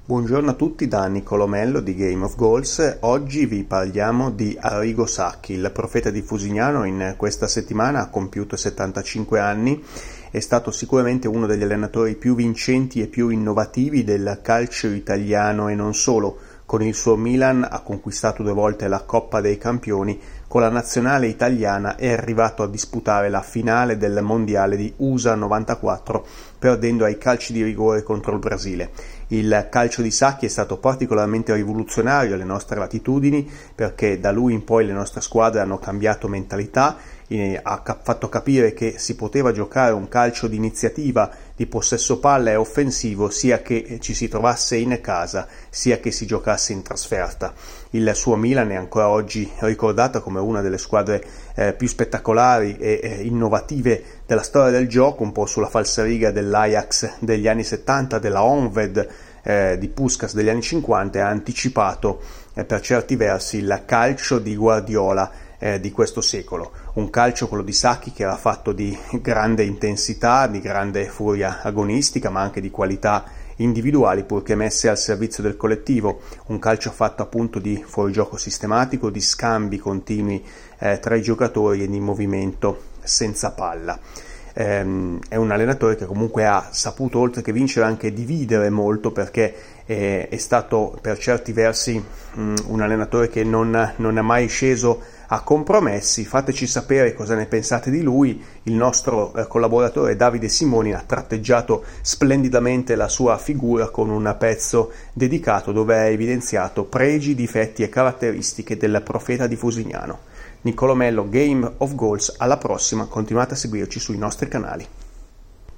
Buongiorno a tutti da Niccolò Mello di Game of Goals. Oggi vi parliamo di Arrigo Sacchi, il profeta di Fusignano. In questa settimana ha compiuto 75 anni, è stato sicuramente uno degli allenatori più vincenti e più innovativi del calcio italiano e non solo. Con il suo Milan ha conquistato 2 volte la Coppa dei Campioni, con la nazionale italiana è arrivato a disputare la finale del mondiale di USA 94, perdendo ai calci di rigore contro il Brasile. Il calcio di Sacchi è stato particolarmente rivoluzionario alle nostre latitudini, perché da lui in poi le nostre squadre hanno cambiato mentalità, ha fatto capire che si poteva giocare un calcio di iniziativa, di possesso palla e offensivo, sia che ci si trovasse in casa, sia che si giocasse in trasferta. Il suo Milan è ancora oggi ricordata come una delle squadre più spettacolari e innovative della storia del gioco, un po' sulla falsariga dell'Ajax degli anni 70, della Honved di Puskás degli anni 50, e ha anticipato per certi versi il calcio di Guardiola di questo secolo. Un calcio, quello di Sacchi, che era fatto di grande intensità, di grande furia agonistica, ma anche di qualità individuali purché messe al servizio del collettivo. Un calcio fatto appunto di fuorigioco sistematico, di scambi continui tra i giocatori e di movimento senza palla. È un allenatore che comunque ha saputo, oltre che vincere, anche dividere molto, perché è stato per certi versi un allenatore che non è mai sceso a compromessi. Fateci sapere cosa ne pensate di lui. Il nostro collaboratore Davide Simoni ha tratteggiato splendidamente la sua figura con un pezzo dedicato dove ha evidenziato pregi, difetti e caratteristiche del profeta di Fusignano. Niccolò Mello, Game of Goals, alla prossima, continuate a seguirci sui nostri canali.